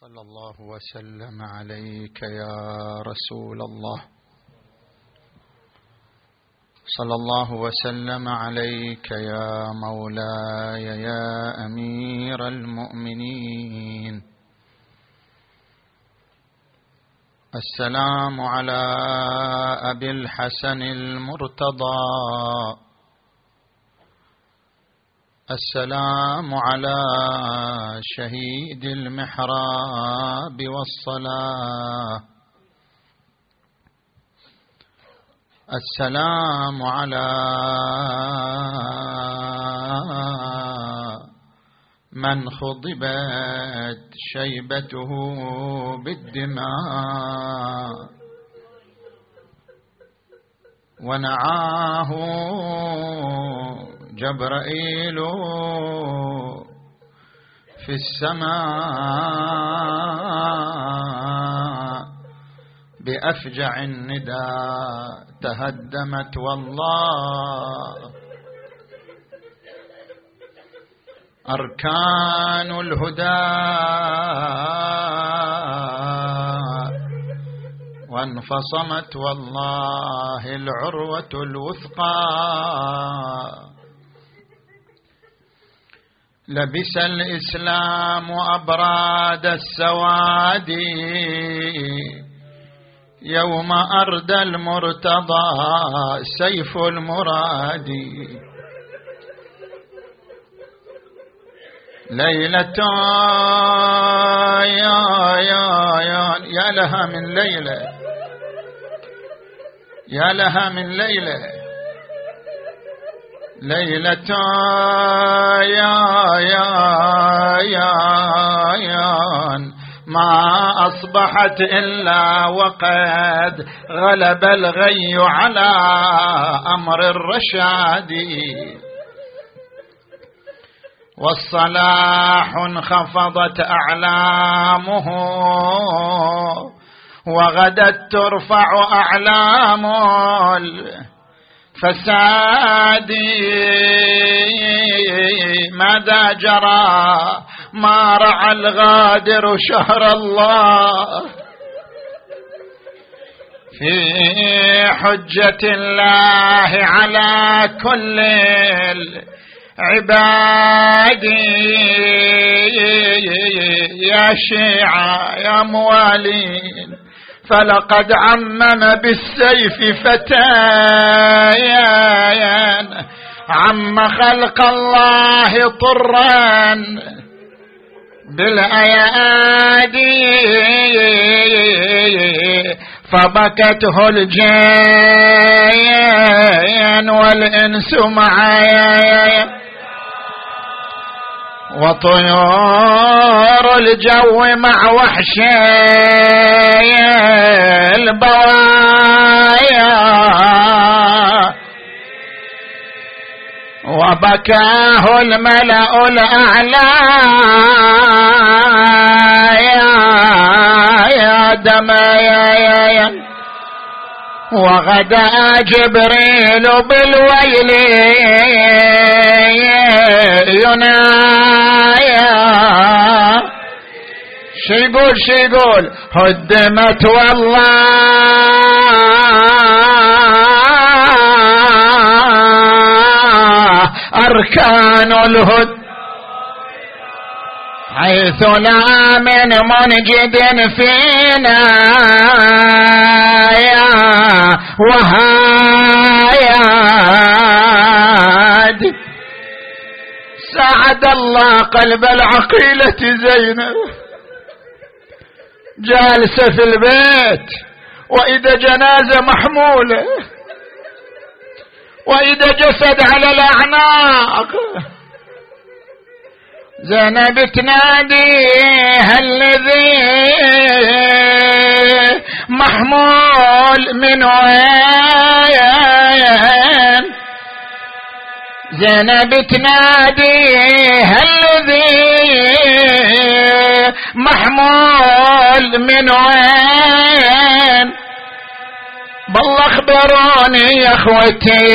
صلى الله وسلم عليك يا رسول الله، صلى الله وسلم عليك يا مولاي يا أمير المؤمنين. السلام على أبي الحسن المرتضى، السلام على شهيد المحراب والصلاة، السلام على من خضبت شيبته بالدماء ونعاه جبرائيل في السماء بأفجع النداء تهدمت والله أركان الهدى وانفصمت والله العروة الوثقى. لبس الإسلام أبراد السواد يوم أردى المرتضى سيف المراد. ليلة يا لها من ليلة، يا لها من ليلة، ليلة ما أصبحت إلا وقد غلب الغي على أمر الرشاد. والصلاح انخفضت أعلامه وغدت ترفع أعلام الفساد. ماذا جرى ما رعى الغادر شهر الله في حجة الله على كل عبادي. يا شيعة يا موالين فلقد عمم بالسيف فتايا عم خلق الله طرا بالأيادي فبكته الجان والإنس معايا وطيور الجو مع وحشي البوايا وبكاه الملأ الأعلى يا دمايا وغدا جبريل بالويل ينايا. شيقول هدمت والله أركان الهدى حيث لا من منجد فينا يا وهاياد. ساعد الله قلب العقيلة زينب جالسة في البيت وإذا جنازة محمولة وإذا جسد على الأعناق. زينب تنادي هالذي محمول من وين. زينب تنادي هالذي محمول من وين. بالله اخبروني يا اخوتي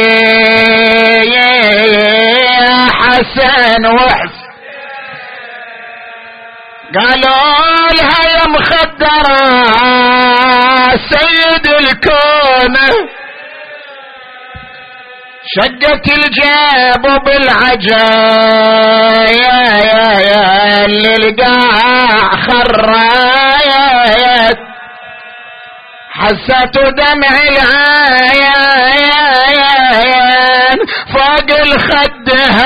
يا حسن وحسن قالوا لها يا مخدرة سيد الكون، شقت الجيب بالعجاء يا اللي القاع خرايت، حسيت دمع العين فوق الخد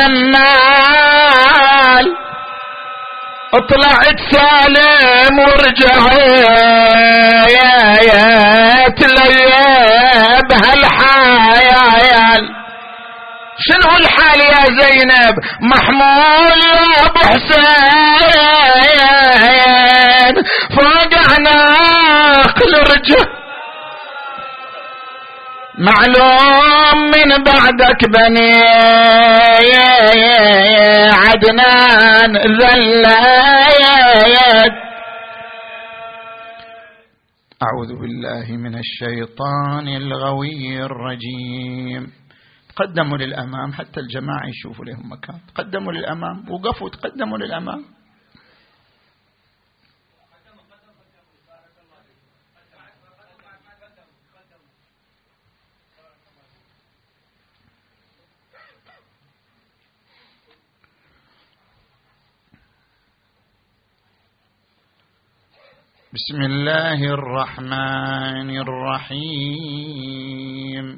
هالنال، طلعت سالم ورجعت ليب هالحيال. شنو الحال يا زينب؟ محمول يا ابو حسين فوق عناق الرجال، معلوم من بعدك بني عدنان ذلات. أعوذ بالله من الشيطان الغوي الرجيم. تقدموا للأمام حتى الجماعة يشوفوا لهم مكان، تقدموا للأمام، وقفوا تقدموا للأمام. بسم الله الرحمن الرحيم.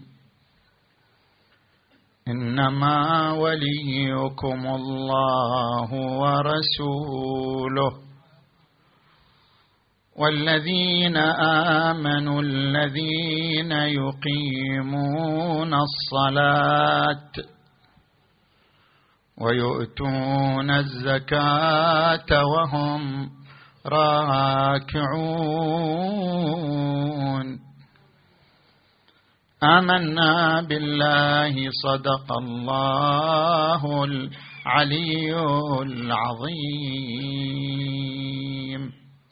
إنما وليكم الله ورسوله والذين آمنوا الذين يقيمون الصلاة ويؤتون الزكاة وهم راكعون. آمنا بالله صدق الله العلي العظيم.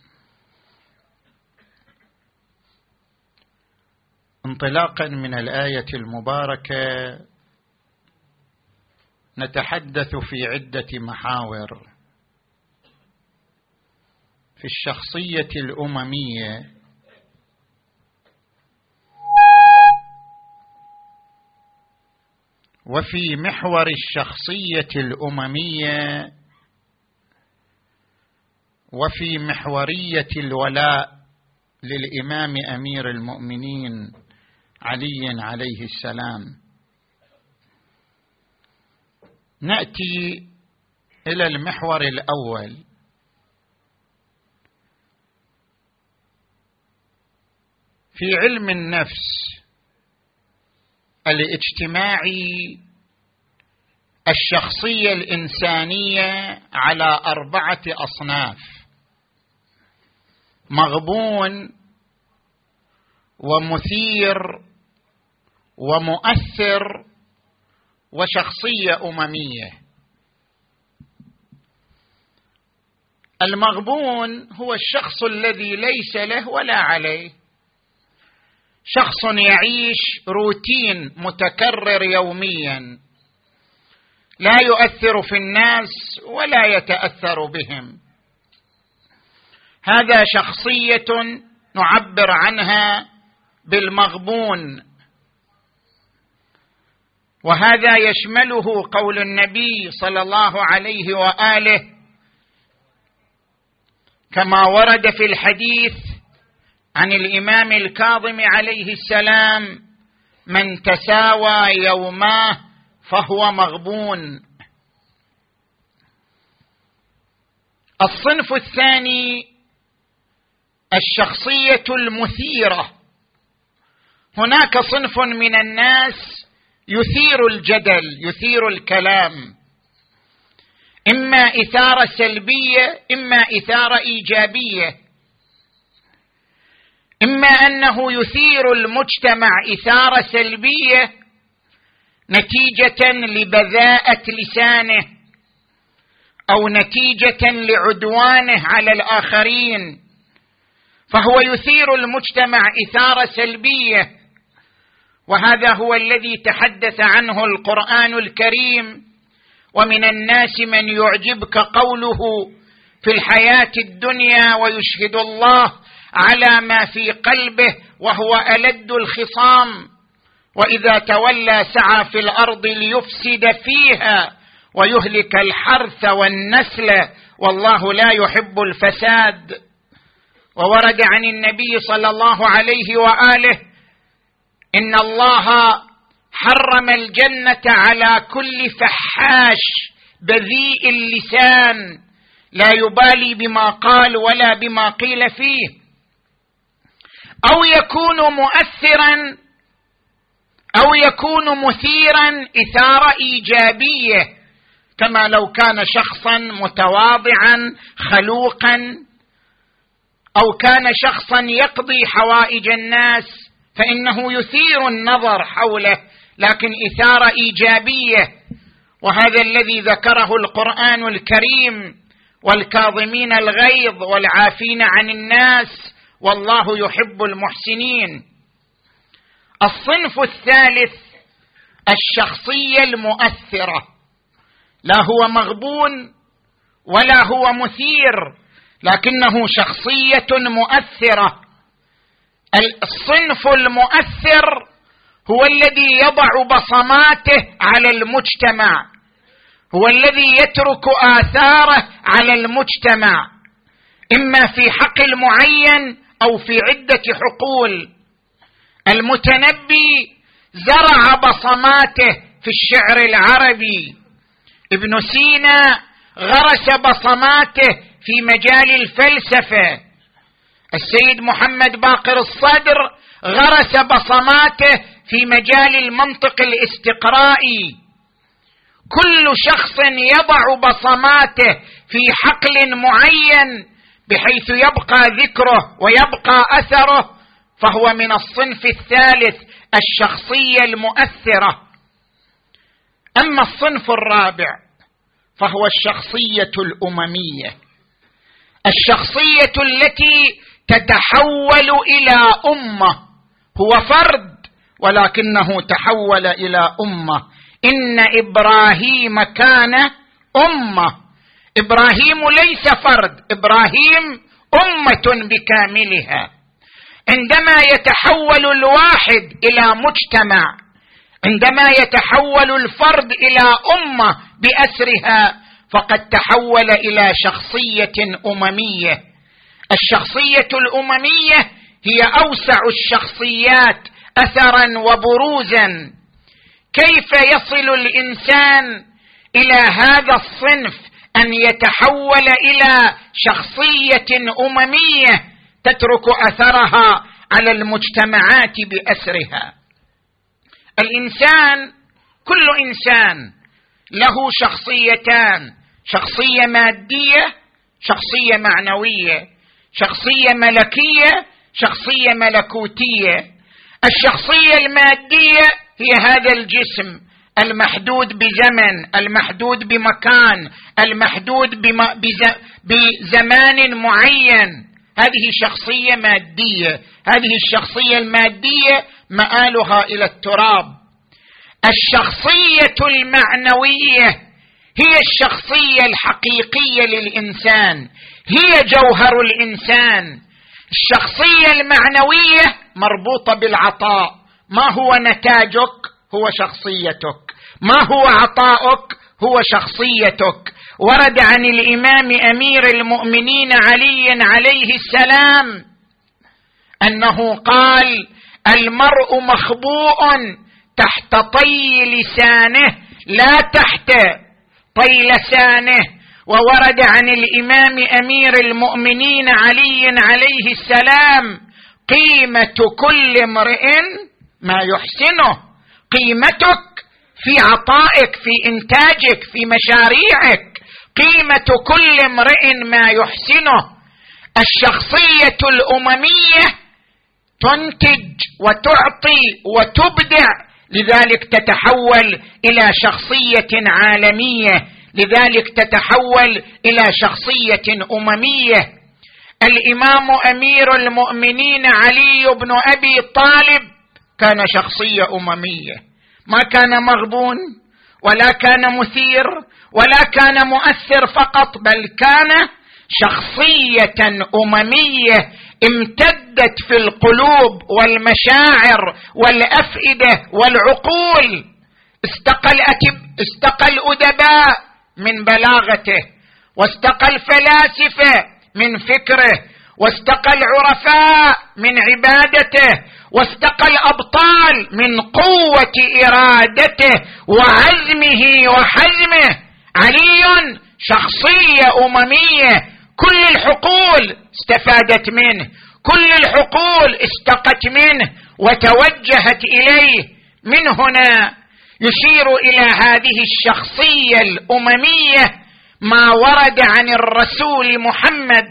انطلاقا من الآية المباركة نتحدث في عدة محاور في الشخصية الأممية وفي محور الشخصية الأممية وفي محورية الولاء للإمام أمير المؤمنين علي عليه السلام. نأتي إلى المحور الأول. في علم النفس الاجتماعي الشخصية الإنسانية على 4 أصناف: مغبون ومثير ومؤثر وشخصية أممية. المغبون هو الشخص الذي ليس له ولا عليه، شخص يعيش روتين متكرر يوميا، لا يؤثر في الناس ولا يتأثر بهم. هذا شخصية نعبر عنها بالمغبون، وهذا يشمله قول النبي صلى الله عليه وآله كما ورد في الحديث عن الإمام الكاظم عليه السلام: من تساوى يوماه فهو مغبون. الصنف الثاني الشخصية المثيرة. هناك صنف من الناس يثير الجدل، يثير الكلام، إما إثارة سلبية إما إثارة إيجابية، إما أنه يثير المجتمع إثارة سلبية نتيجة لبذاءة لسانه أو نتيجة لعدوانه على الآخرين، فهو يثير المجتمع إثارة سلبية. وهذا هو الذي تحدث عنه القرآن الكريم: ومن الناس من يعجبك قوله في الحياة الدنيا ويشهد الله على ما في قلبه وهو ألد الخصام، وإذا تولى سعى في الأرض ليفسد فيها ويهلك الحرث والنسل، والله لا يحب الفساد. وورد عن النبي صلى الله عليه وآله إن الله حرم الجنة على كل فحاش بذيء اللسان لا يبالي بما قال ولا بما قيل فيه، أو يكون مؤثرا أو يكون مثيرا إثارة إيجابية، كما لو كان شخصا متواضعا خلوقا، أو كان شخصا يقضي حوائج الناس فإنه يثير النظر حوله، لكن إثارة إيجابية. وهذا الذي ذكره القرآن الكريم: والكاظمين الغيظ والعافين عن الناس والله يحب المحسنين. الصنف الثالث الشخصية المؤثرة، لا هو مغبون ولا هو مثير، لكنه شخصية مؤثرة. الصنف المؤثر هو الذي يضع بصماته على المجتمع، هو الذي يترك آثاره على المجتمع، إما في حقل معين أو في عدة حقول. المتنبي زرع بصماته في الشعر العربي، ابن سينا غرس بصماته في مجال الفلسفة، السيد محمد باقر الصدر غرس بصماته في مجال المنطق الاستقرائي. كل شخص يضع بصماته في حقل معين بحيث يبقى ذكره ويبقى أثره، فهو من الصنف الثالث الشخصية المؤثرة. أما الصنف الرابع فهو الشخصية الأممية، الشخصية التي تتحول إلى أمة. هو فرد ولكنه تحول إلى أمة. إن إبراهيم كان أمة. إبراهيم ليس فرد، إبراهيم أمة بكاملها. عندما يتحول الواحد إلى مجتمع، عندما يتحول الفرد إلى أمة بأسرها، فقد تحول إلى شخصية أممية. الشخصية الأممية هي أوسع الشخصيات أثرا وبروزا. كيف يصل الإنسان إلى هذا الصنف أن يتحول إلى شخصية أممية تترك أثرها على المجتمعات بأسرها؟ الإنسان، كل إنسان له شخصيتان: شخصية مادية، شخصية معنوية، شخصية ملكية، شخصية ملكوتية. الشخصية المادية هي هذا الجسم المحدود بزمن، المحدود بمكان، المحدود بزمان معين، هذه شخصية مادية. هذه الشخصية المادية مآلها إلى التراب. الشخصية المعنوية هي الشخصية الحقيقية للإنسان، هي جوهر الإنسان. الشخصية المعنوية مربوطة بالعطاء. ما هو نتاجك؟ هو شخصيتك. ما هو عطاؤك؟ هو شخصيتك. ورد عن الإمام أمير المؤمنين علي عليه السلام أنه قال: المرء مخبوء تحت طي لسانه لا تحت طي لسانه. وورد عن الإمام أمير المؤمنين علي عليه السلام: قيمة كل امرئ ما يحسنه. قيمتك في عطائك، في إنتاجك، في مشاريعك. قيمة كل امرئ ما يحسنه. الشخصية الأممية تنتج وتعطي وتبدع، لذلك تتحول إلى شخصية عالمية، لذلك تتحول إلى شخصية أممية. الإمام أمير المؤمنين علي بن أبي طالب كان شخصية أممية، ما كان مغبون ولا كان مثير ولا كان مؤثر فقط، بل كان شخصية أممية امتدت في القلوب والمشاعر والأفئدة والعقول. استقى الأدباء من بلاغته، واستقى الفلاسفة من فكره، واستقى العرفاء من عبادته، واستقى الأبطال من قوة إرادته وعزمه وحزمه. علي شخصية أممية كل الحقول استفادت منه، كل الحقول استقت منه وتوجهت إليه. من هنا يشير إلى هذه الشخصية الأممية ما ورد عن الرسول محمد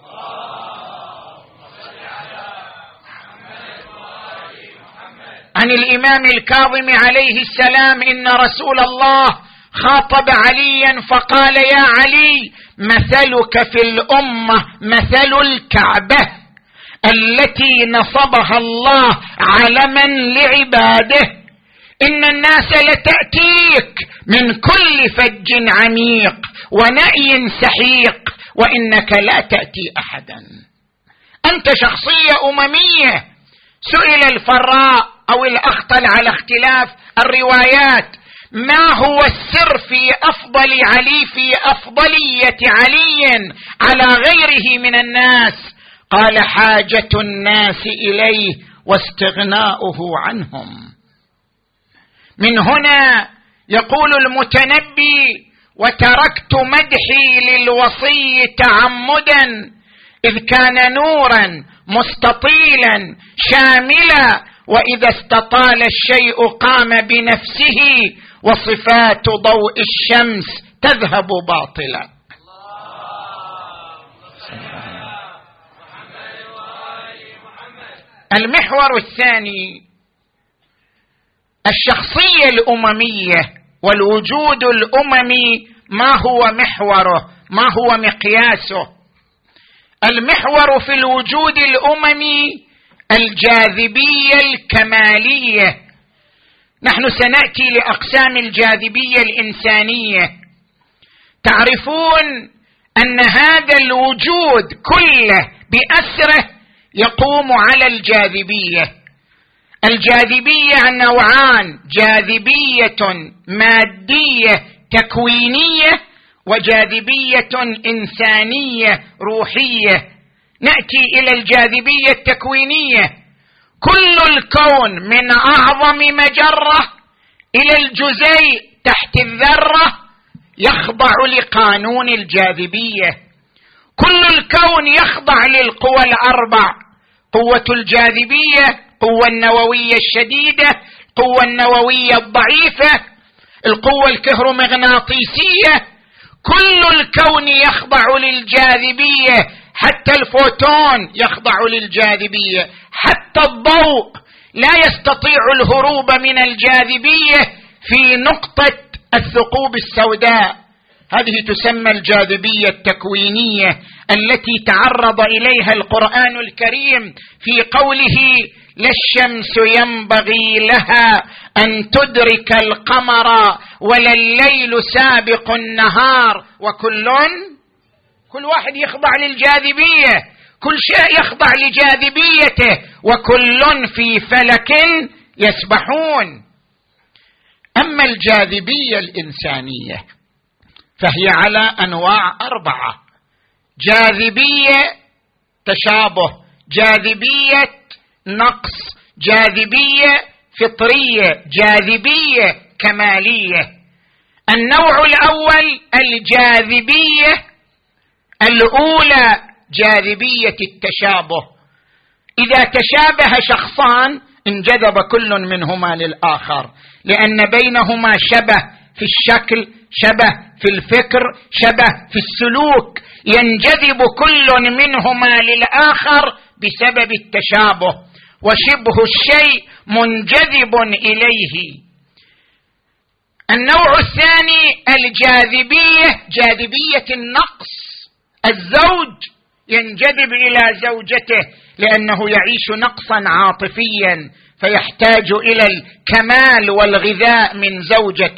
عن الإمام الكاظم عليه السلام إن رسول الله خاطب عليا فقال: يا علي، مثلك في الأمة مثل الكعبة التي نصبها الله علما لعباده. إن الناس لتأتيك من كل فج عميق ونأي سحيق، وإنك لا تأتي أحدا. أنت شخصية أممية. سئل الفراء أو الأخطل على اختلاف الروايات: ما هو السر في أفضلية علي على غيره من الناس؟ قال: حاجة الناس إليه واستغناؤه عنهم. من هنا يقول المتنبي: وتركت مدحي للوصي تعمدا، إذ كان نورا مستطيلا شاملا، وإذا استطال الشيء قام بنفسه، وصفات ضوء الشمس تذهب باطلا. المحور الثاني الشخصية الأممية والوجود الأممي. ما هو محوره؟ ما هو مقياسه؟ المحور في الوجود الأممي الجاذبية الكمالية. نحن سنأتي لأقسام الجاذبية الإنسانية. تعرفون أن هذا الوجود كله بأسره يقوم على الجاذبية. الجاذبية نوعان: جاذبية مادية تكوينية، وجاذبية إنسانية روحية. نأتي إلى الجاذبية التكوينية. كل الكون من أعظم مجرة إلى الجزيء تحت الذرة يخضع لقانون الجاذبية. كل الكون يخضع للقوى الأربع: قوة الجاذبية، القوة النووية الشديدة، القوة النووية الضعيفة، القوة الكهرومغناطيسية. كل الكون يخضع للجاذبية، حتى الفوتون يخضع للجاذبية، حتى الضوء لا يستطيع الهروب من الجاذبية في نقطة الثقوب السوداء. هذه تسمى الجاذبية التكوينية التي تعرض إليها القرآن الكريم في قوله: لا الشمس ينبغي لها أن تدرك القمر ولا الليل سابق النهار، كل واحد يخضع للجاذبية، كل شيء يخضع لجاذبيته، وكل في فلك يسبحون. أما الجاذبية الإنسانية فهي على أنواع 4: جاذبية تشابه، جاذبية نقص، جاذبية فطرية، جاذبية كمالية. النوع الأول الجاذبية الأولى جاذبية التشابه. إذا تشابه شخصان انجذب كل منهما للآخر، لأن بينهما شبه في الشكل، شبه في الفكر، شبه في السلوك، ينجذب كل منهما للآخر بسبب التشابه، وشبه الشيء منجذب إليه. النوع الثاني الجاذبية جاذبية النقص. الزوج ينجذب إلى زوجته لأنه يعيش نقصا عاطفيا، فيحتاج إلى الكمال والغذاء من زوجته.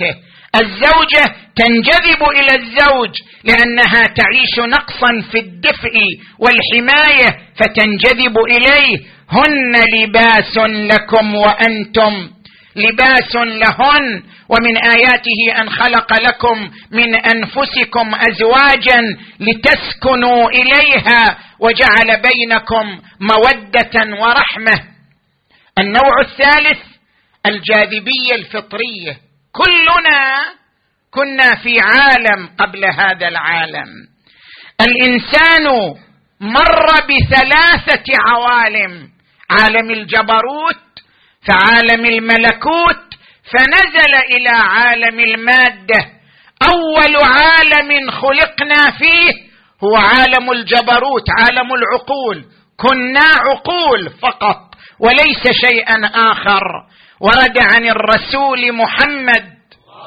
الزوجة تنجذب إلى الزوج لأنها تعيش نقصا في الدفء والحماية فتنجذب إليه. هن لباس لكم وأنتم لباس لهن، ومن آياته أن خلق لكم من أنفسكم أزواجا لتسكنوا إليها وجعل بينكم مودة ورحمة. النوع الثالث الجاذبية الفطرية. كلنا كنا في عالم قبل هذا العالم. الإنسان مر بثلاثة عوالم: عالم الجبروت، فعالم الملكوت، فنزل إلى عالم المادة. أول عالم خلقنا فيه هو عالم الجبروت، عالم العقول. كنا عقول فقط وليس شيئا آخر. ورد عن الرسول محمد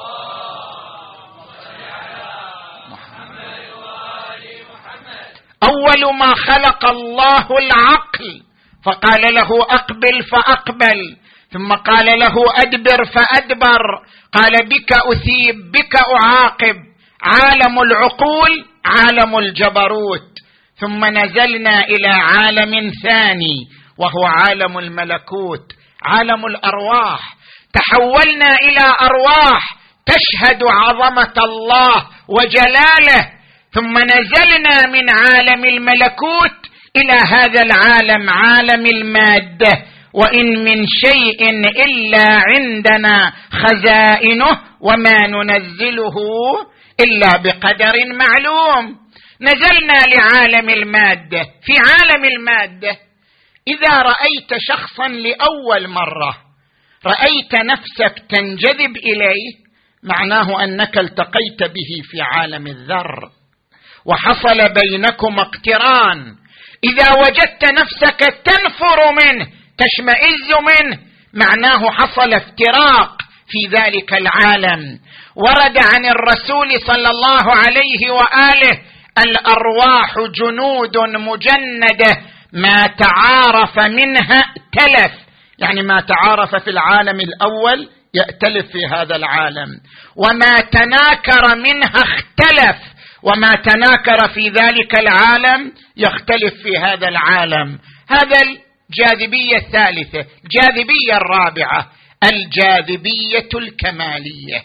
أول ما خلق الله العقل فقال له أقبل فأقبل، ثم قال له أدبر فأدبر، قال بك أثيب بك أعاقب. عالم العقول، عالم الجبروت. ثم نزلنا إلى عالم ثاني وهو عالم الملكوت، عالم الأرواح. تحولنا إلى أرواح تشهد عظمة الله وجلاله. ثم نزلنا من عالم الملكوت إلى هذا العالم، عالم المادة. وإن من شيء إلا عندنا خزائنه وما ننزله إلا بقدر معلوم. نزلنا لعالم المادة. في عالم المادة إذا رأيت شخصا لأول مرة رأيت نفسك تنجذب إليه، معناه أنك التقيت به في عالم الذر وحصل بينكم اقتران. إذا وجدت نفسك تنفر منه تشمئز منه، معناه حصل افتراق في ذلك العالم. ورد عن الرسول صلى الله عليه وآله: الأرواح جنود مجندة ما تعارف منها ائتلف. يعني ما تعارف في العالم الأول يأتلف في هذا العالم، وما تناكر منها اختلف، وما تناكر في ذلك العالم يختلف في هذا العالم. هذا الجاذبية الثالثة. الجاذبية الرابعة الجاذبية الكمالية.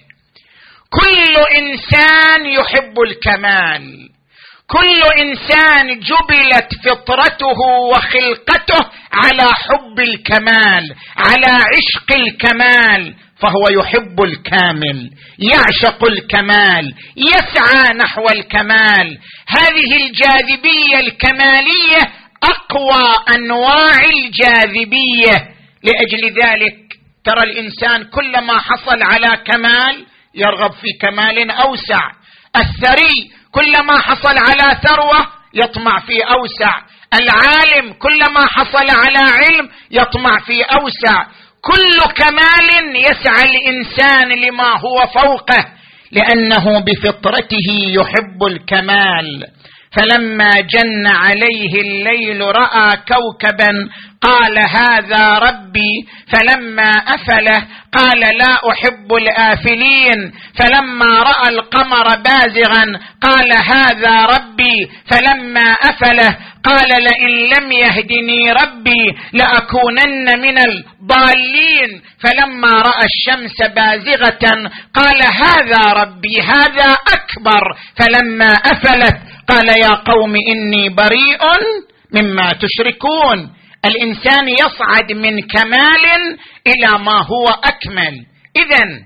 كل إنسان يحب الكمال، كل إنسان جبلت فطرته وخلقته على حب الكمال، على عشق الكمال، فهو يحب الكامل، يعشق الكمال، يسعى نحو الكمال. هذه الجاذبية الكمالية أقوى أنواع الجاذبية. لأجل ذلك ترى الإنسان كلما حصل على كمال يرغب في كمال أوسع. الثري كلما حصل على ثروة يطمع في أوسع. العالم كلما حصل على علم يطمع في أوسع. كل كمال يسعى الإنسان لما هو فوقه، لأنه بفطرته يحب الكمال. فلما جن عليه الليل رأى كوكبا قال هذا ربي، فلما أفله قال لا أحب الآفلين. فلما رأى القمر بازغا قال هذا ربي، فلما أفله قال لئن لم يهدني ربي لأكونن من الضالين. فلما رأى الشمس بازغة قال هذا ربي هذا أكبر. فلما أفلت قال يا قوم إني بريء مما تشركون. الإنسان يصعد من كمال إلى ما هو أكمل. إذن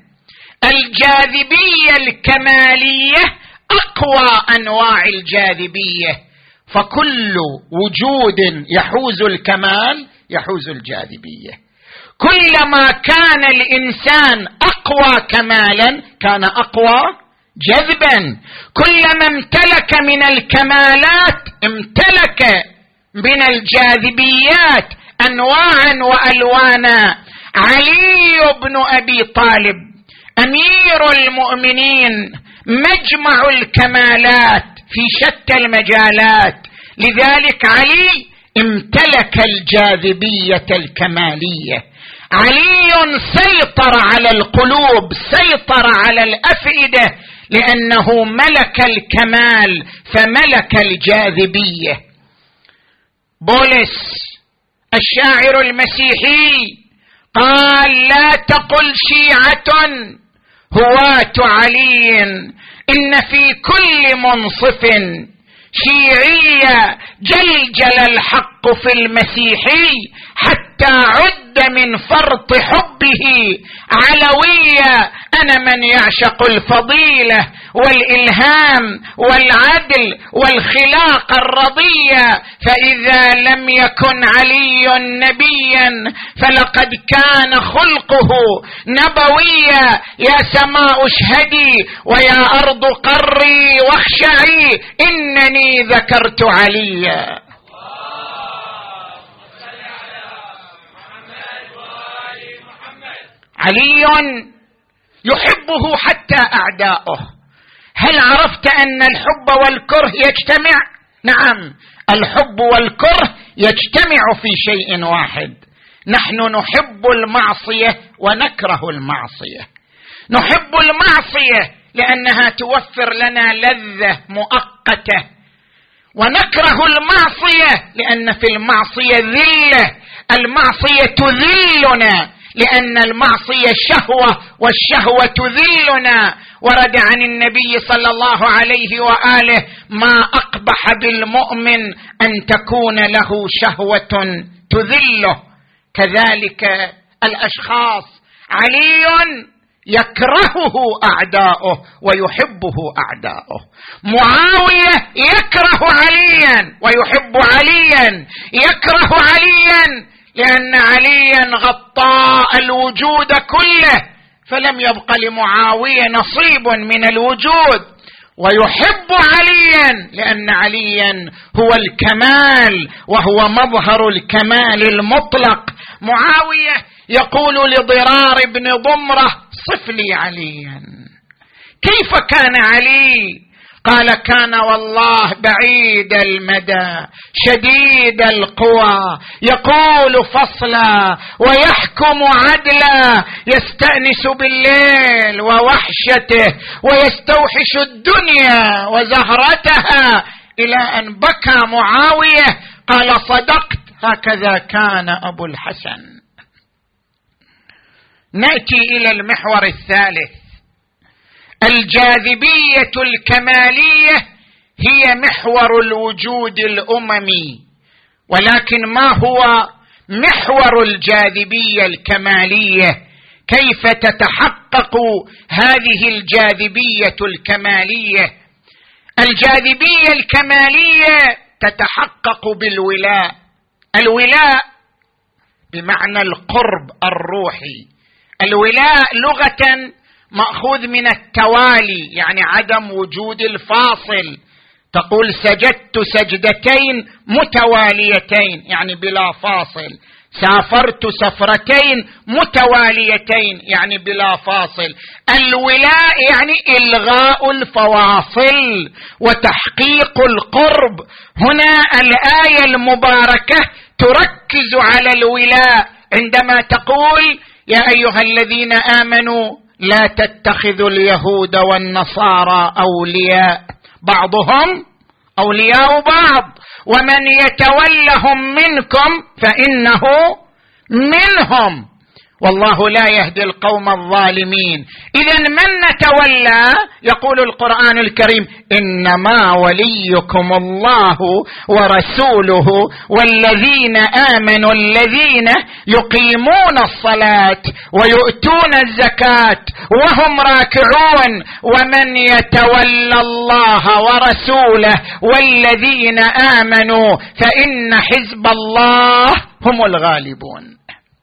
الجاذبية الكمالية أقوى أنواع الجاذبية، فكل وجود يحوز الكمال يحوز الجاذبية. كلما كان الإنسان أقوى كمالا كان أقوى جذبا. كلما امتلك من الكمالات امتلك من الجاذبيات أنواعا وألوانا. علي بن أبي طالب أمير المؤمنين مجمع الكمالات في شتى المجالات، لذلك علي امتلك الجاذبية الكمالية. علي سيطر على القلوب، سيطر على الأفئدة، لأنه ملك الكمال فملك الجاذبية. بولس الشاعر المسيحي قال: لا تقل شيعة هواة علي، إن في كل منصف شيعية، جلجل الحق في المسيحي حتى عد من فرط حبه علوية. أنا من يعشق الفضيلة والإلهام والعدل والخلاق الرضية، فإذا لم يكن علي نبيا فلقد كان خلقه نبويا. يا سماء اشهدي ويا أرض قري واخشعي، إنني ذكرت عليا. علي يحبه حتى أعداؤه. هل عرفت أن الحب والكره يجتمع؟ نعم، الحب والكره يجتمع في شيء واحد. نحن نحب المعصية ونكره المعصية. نحب المعصية لأنها توفر لنا لذة مؤقتة، ونكره المعصية لأن في المعصية ذلة. المعصية تذلنا لأن المعصية شهوة، والشهوة تذلنا. ورد عن النبي صلى الله عليه وآله: ما أقبح بالمؤمن أن تكون له شهوة تذله. كذلك الأشخاص، علي يكرهه أعداؤه ويحبه أعداؤه. معاوية يكره عليا ويحب عليا. يكره عليا لأن عليا غطاء الوجود كله، فلم يبق لمعاوية نصيب من الوجود. ويحب عليا لأن عليا هو الكمال وهو مظهر الكمال المطلق. معاوية يقول لضرار بن ضمرة: صف لي عليا. كيف كان علي؟ قال: كان والله بعيد المدى شديد القوى، يقول فصلا ويحكم عدلا، يستأنس بالليل ووحشته ويستوحش الدنيا وزهرتها، إلى أن بكى معاوية قال: صدقت، هكذا كان أبو الحسن. نأتي إلى المحور الثالث. الجاذبية الكمالية هي محور الوجود الأممي. ولكن ما هو محور الجاذبية الكمالية؟ كيف تتحقق هذه الجاذبية الكمالية؟ الجاذبية الكمالية تتحقق بالولاء. الولاء بمعنى القرب الروحي. الولاء لغة مأخوذ من التوالي، يعني عدم وجود الفاصل. تقول: سجدت سجدتين متواليتين، يعني بلا فاصل. سافرت سفرتين متواليتين، يعني بلا فاصل. الولاء يعني إلغاء الفواصل وتحقيق القرب. هنا الآية المباركة تركز على الولاء عندما تقول: يا أيها الذين آمنوا لا تتخذوا اليهود والنصارى أولياء، بعضهم أولياء بعض، ومن يتولهم منكم فإنه منهم، والله لا يهدي القوم الظالمين. إذن من نتولى؟ يقول القرآن الكريم: إنما وليكم الله ورسوله والذين آمنوا الذين يقيمون الصلاة ويؤتون الزكاة وهم راكعون، ومن يتولى الله ورسوله والذين آمنوا فإن حزب الله هم الغالبون.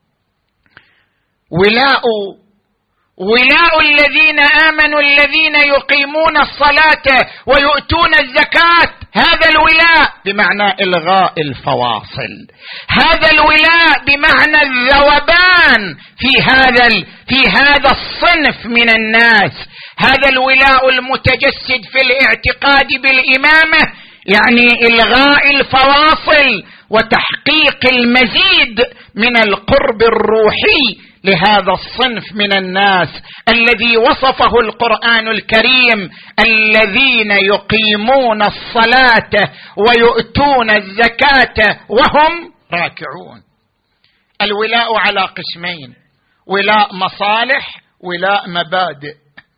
ولاء الذين آمنوا الذين يقيمون الصلاة ويؤتون الزكاة، هذا الولاء بمعنى إلغاء الفواصل. هذا الولاء بمعنى الذوبان في هذا الصنف من الناس. هذا الولاء المتجسد في الاعتقاد بالإمامة، يعني إلغاء الفواصل وتحقيق المزيد من القرب الروحي لهذا الصنف من الناس الذي وصفه القرآن الكريم: الذين يقيمون الصلاة ويؤتون الزكاة وهم راكعون. الولاء على قسمين: ولاء مصالح، ولاء مبادئ.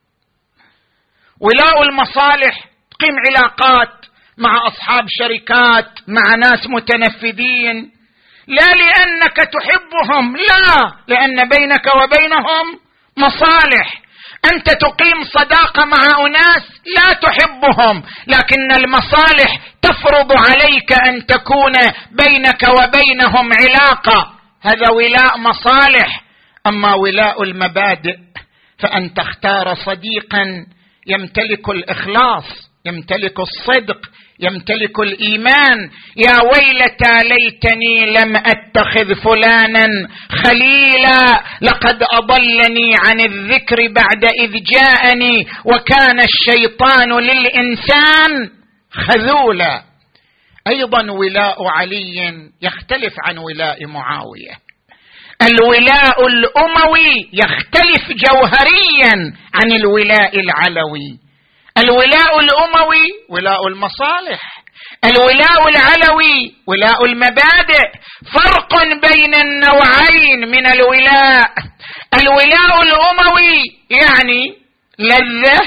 ولاء المصالح تقيم علاقات مع أصحاب شركات، مع ناس متنفذين، لا لأنك تحبهم، لا، لأن بينك وبينهم مصالح. أنت تقيم صداقة مع أناس لا تحبهم، لكن المصالح تفرض عليك أن تكون بينك وبينهم علاقة، هذا ولاء مصالح. أما ولاء المبادئ فأن تختار صديقا يمتلك الإخلاص، يمتلك الصدق، يمتلك الإيمان. يا ويلتى ليتني لم أتخذ فلانا خليلا لقد أضلني عن الذكر بعد إذ جاءني وكان الشيطان للإنسان خذولا. أيضا ولاء علي يختلف عن ولاء معاوية. الولاء الأموي يختلف جوهريا عن الولاء العلوي. الولاء الأموي ولاء المصالح، الولاء العلوي ولاء المبادئ. فرق بين النوعين من الولاء: الولاء الأموي يعني لذة،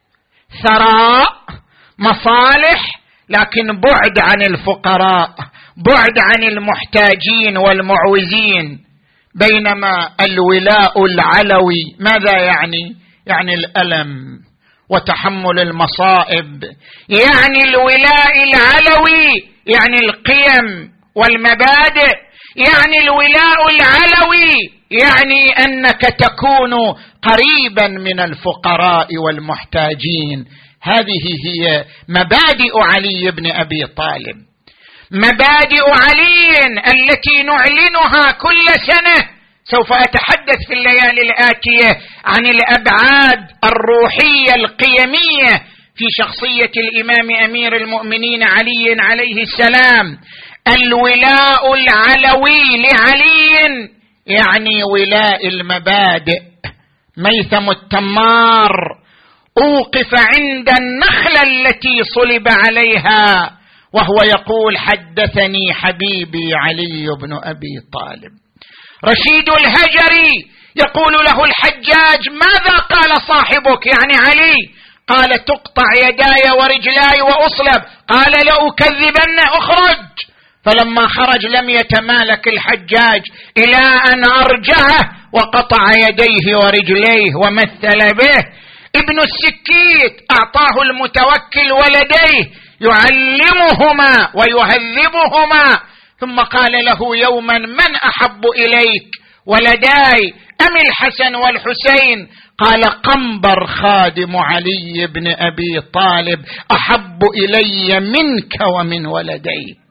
ثراء، مصالح، لكن بعد عن الفقراء، بعد عن المحتاجين والمعوزين. بينما الولاء العلوي ماذا يعني؟ يعني الألم وتحمل المصائب. يعني الولاء العلوي يعني القيم والمبادئ. يعني الولاء العلوي يعني أنك تكون قريبا من الفقراء والمحتاجين. هذه هي مبادئ علي بن أبي طالب، مبادئ علي التي نعلنها كل سنة. سوف أتحدث في الليالي الآتية عن الأبعاد الروحية القيمية في شخصية الإمام أمير المؤمنين علي عليه السلام. الولاء العلوي لعلي يعني ولاء المبادئ. ميثم التمار أوقف عند النخلة التي صلب عليها وهو يقول: حدثني حبيبي علي بن أبي طالب. رشيد الهجري يقول له الحجاج: ماذا قال صاحبك يعني علي؟ قال: تقطع يداي ورجلاي وأصلب. قال: لأكذبن، أخرج. فلما خرج لم يتمالك الحجاج إلى أن أرجعه وقطع يديه ورجليه ومثل به. ابن السكيت أعطاه المتوكل ولديه يعلمهما ويهذبهما، ثم قال له يوما: من أحب إليك، ولداي أم الحسن والحسين؟ قال: قنبر خادم علي بن أبي طالب أحب إلي منك ومن ولديك.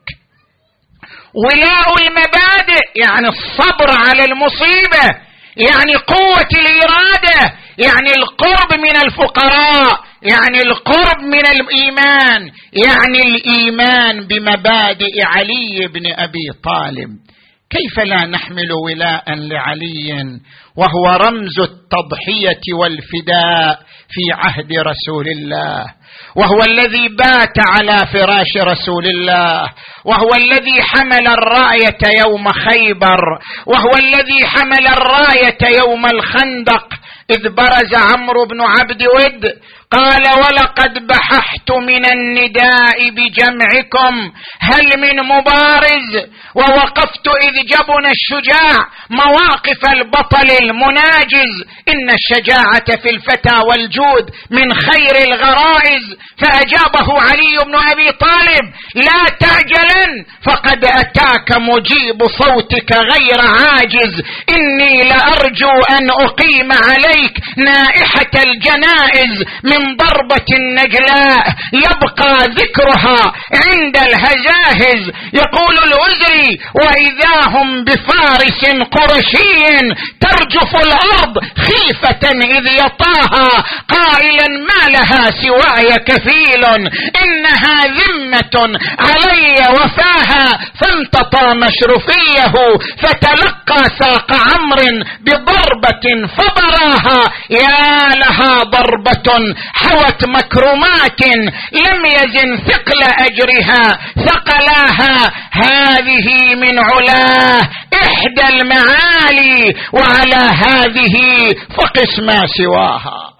ولاء المبادئ يعني الصبر على المصيبة، يعني قوة الإرادة، يعني القرب من الفقراء، يعني القرب من الإيمان، يعني الإيمان بمبادئ علي بن أبي طالب. كيف لا نحمل ولاء لعلي وهو رمز التضحية والفداء في عهد رسول الله، وهو الذي بات على فراش رسول الله، وهو الذي حمل الراية يوم خيبر، وهو الذي حمل الراية يوم الخندق إذ برز عمرو بن عبد ود قال: ولقد بححت من النداء بجمعكم هل من مبارز؟ ووقفت إذ جبن الشجاع مواقف البطل المناجز. إن الشجاعة في الفتى والجود من خير الغرائز. فأجابه علي بن أبي طالب: لا تعجلا فقد أتاك مجيب صوتك غير عاجز. إني لأرجو أن أقيم عليك نائحة الجنائز من من ضربة النجلاء يبقى ذكرها عند الهزاهز. يقول الوزري: وإذا هم بفارس قرشي ترجف الأرض خيفة إذ يطاها قائلا ما لها سواي كفيل إنها ذمة علي وفاها، فانتطى مشرفيه فتلقى ساق عمرو بضربة فبراها. يا لها ضربة حوت مكرمات لم يزن ثقل أجرها ثقلاها، هذه من علاه إحدى المعالي وعلى هذه فقس ما سواها.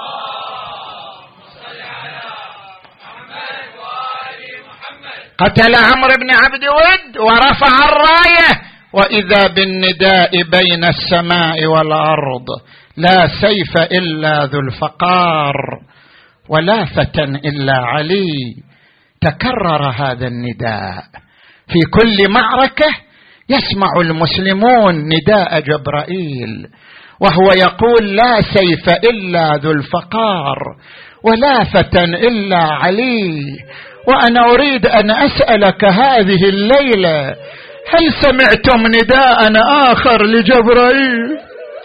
قتل عمرو بن عبد ود ورفع الراية، وإذا بالنداء بين السماء والأرض: لا سيف إلا ذو الفقار ولا فتى إلا علي. تكرر هذا النداء في كل معركة، يسمع المسلمون نداء جبرائيل وهو يقول: لا سيف إلا ذو الفقار ولا فتى إلا علي. وأنا أريد أن أسألك هذه الليلة: هل سمعتم نداء آخر لجبرائيل؟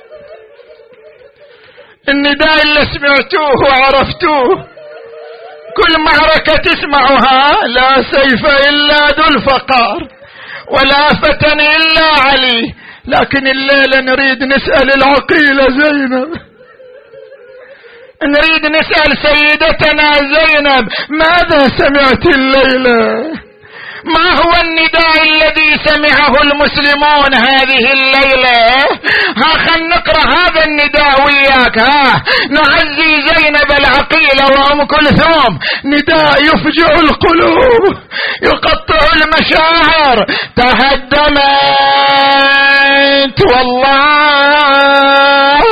النداء اللي سمعتوه وعرفتوه كل معركة تسمعها: لا سيف إلا ذو الفقار ولا فتى إلا علي. لكن الليلة نريد نسأل العقيلة زينب، نريد نسأل سيدتنا زينب: ماذا سمعت الليلة؟ ما هو النداء الذي سمعه المسلمون هذه الليلة؟ خلنا نقرأ هذا النداء وياك. نعزي زينب العقيلة وأم كلثوم، نداء يفجع القلوب يقطع المشاعر. تهدمت والله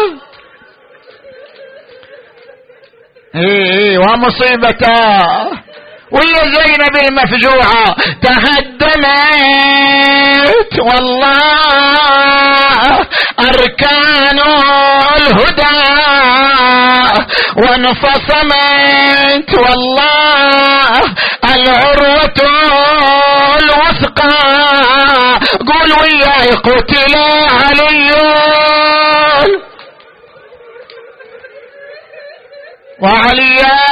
ومصيبتها ويا زينب المفجوعة. تهدمت والله أركان الهدى وانفصمت والله العروة الوثقى. قول وياي: قتل علي وعليا،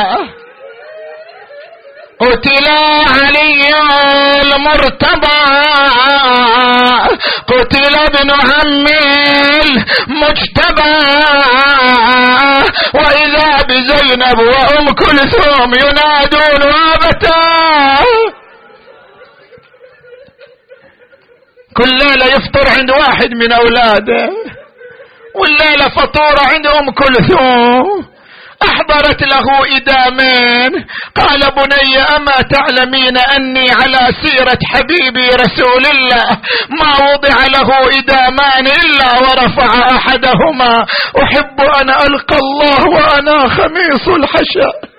قتل علي المرتضى، قتل ابن عم المجتبى. وإذا بزينب وأم كلثوم ينادون وابتا. كل ليلة يفطر عند واحد من أولاده، والليلة فطورة عند أم كلثوم. أحضرت له إدامين. قال: بني أما تعلمين أني على سيرة حبيبي رسول الله ما وضع له إدامان إلا ورفع أحدهما. أحب أن ألقى الله وأنا خميص الحشاء.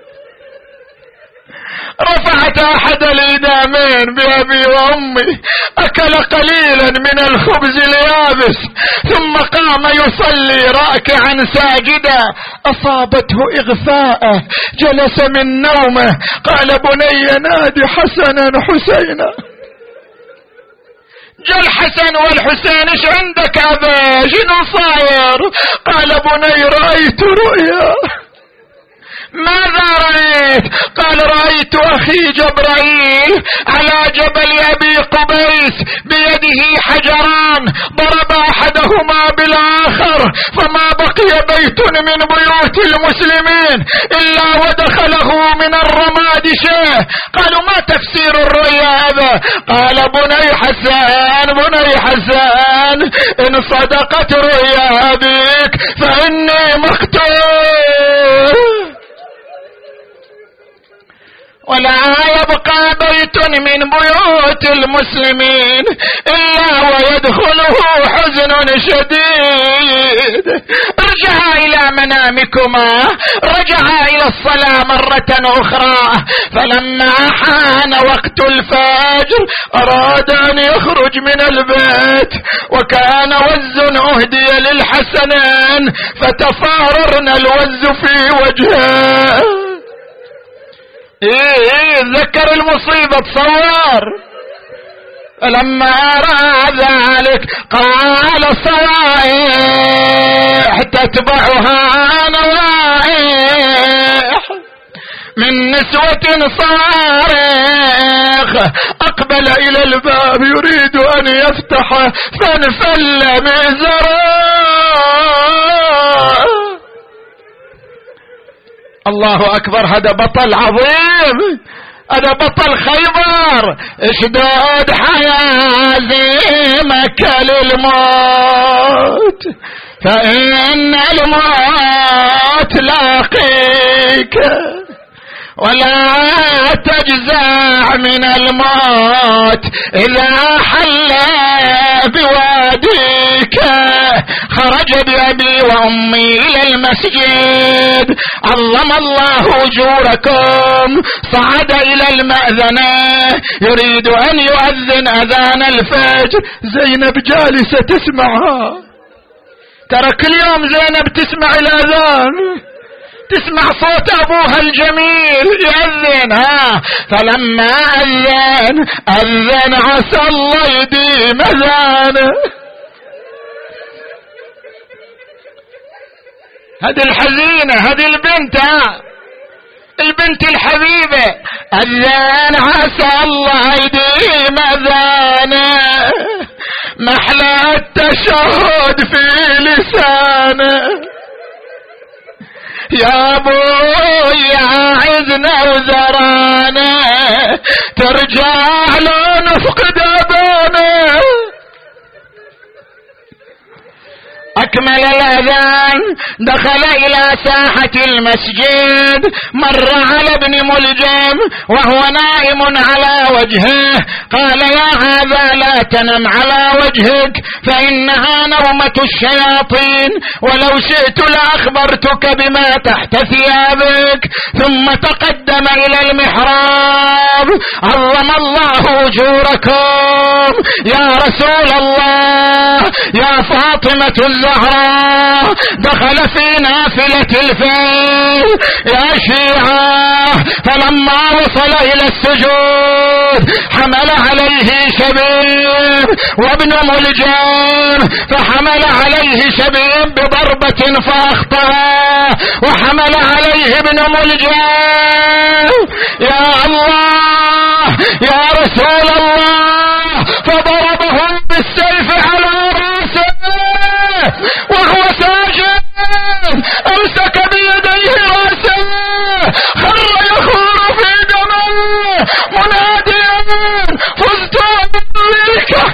رفعت أحد الإدامين بأبي وأمي، أكل قليلا من الخبز اليابس ثم قام يصلي راكعا ساجدا. أصابته إغفاء، جلس من نومه. قال: بني نادي حسنا حسينا. جاء الحسن والحسين: ايش عندك أبا؟ شنو صاير؟ قال: بني رأيت رؤيا. ماذا رأيت؟ قال: رأيت أخي جبرائيل على جبل أبي قبيس بيده حجران، ضرب أحدهما بالآخر فما بقي بيت من بيوت المسلمين إلا ودخله من الرماد شيء. قالوا: ما تفسير الرؤيا هذا؟ قال: بني حسان بني حسان، إن صدقت رؤيا أبيك فإني مقتول، ولا يبقى بيت من بيوت المسلمين إلا ويدخله حزن شديد. ارجع إلى منامكما رجعا إلى الصلاة مرة أخرى. فلما حان وقت الفجر أراد أن يخرج من البيت، وكان وز أهدي للحسنين فتفاررن الوز في وجهه. ذكر المصيبة، تصور. لما رأى ذلك قال صوائح تتبعها نوائح من نسوة صارخ. أقبل إلى الباب يريد أن يفتح فانفل مزراه. الله أكبر، هذا بطل عظيم، هذا بطل خيبر. اشداد حيازمك للموت فإن الموت لاقيك، ولا تجزع من الموت إذا حل بواديك. خرج بأبي وأمي إلى المسجد، عظم الله أجوركم. صعد إلى المأذنة يريد أن يؤذن أذان الفجر. زينب جالسة تسمعها، ترى كل يوم زينب تسمع الأذان، تسمع صوت أبوها الجميل يأذن. فلما أذن عسى الله يديم أذانه. هذه الحزينة، هذه البنت الحبيبة، أذان عسى الله يديم أذانه. محلى التشهد في لسانه. يا ابوي عايزنا وزرانا ترجع له نفقد ابانا. أكمل الأذان، دخل إلى ساحة المسجد، مر على ابن ملجم وهو نائم على وجهه. قال يا هذا لا تنم على وجهك فإنها نومة الشياطين، ولو شئت لأخبرتك بما تحت ثيابك. ثم تقدم إلى المحراب، عظم الله أجوركم يا رسول الله يا فاطمة الزهراء. دخل في نافلة الفجر يا شيعة. فلما وصل إلى السجود حمل عليه شبيب وابن ملجم، فحمل عليه شبيب بضربة فأخطأ، وحمل عليه ابن ملجم. يا الله يا رسول الله، فضربهم بالسيف على رأسه وهو ساجد، امسك بيديه رأسه، خر يخور في دمه مناديا فزت بك.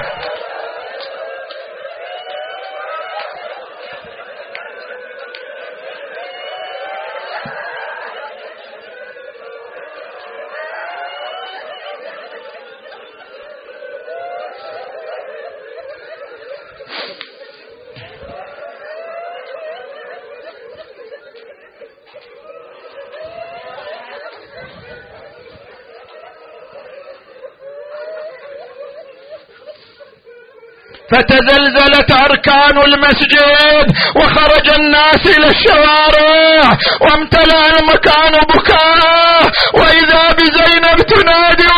فتزلزلت أركان المسجد وخرج الناس إلى الشوارع وامتلأ المكان بكاء، وإذا بزينب تنادي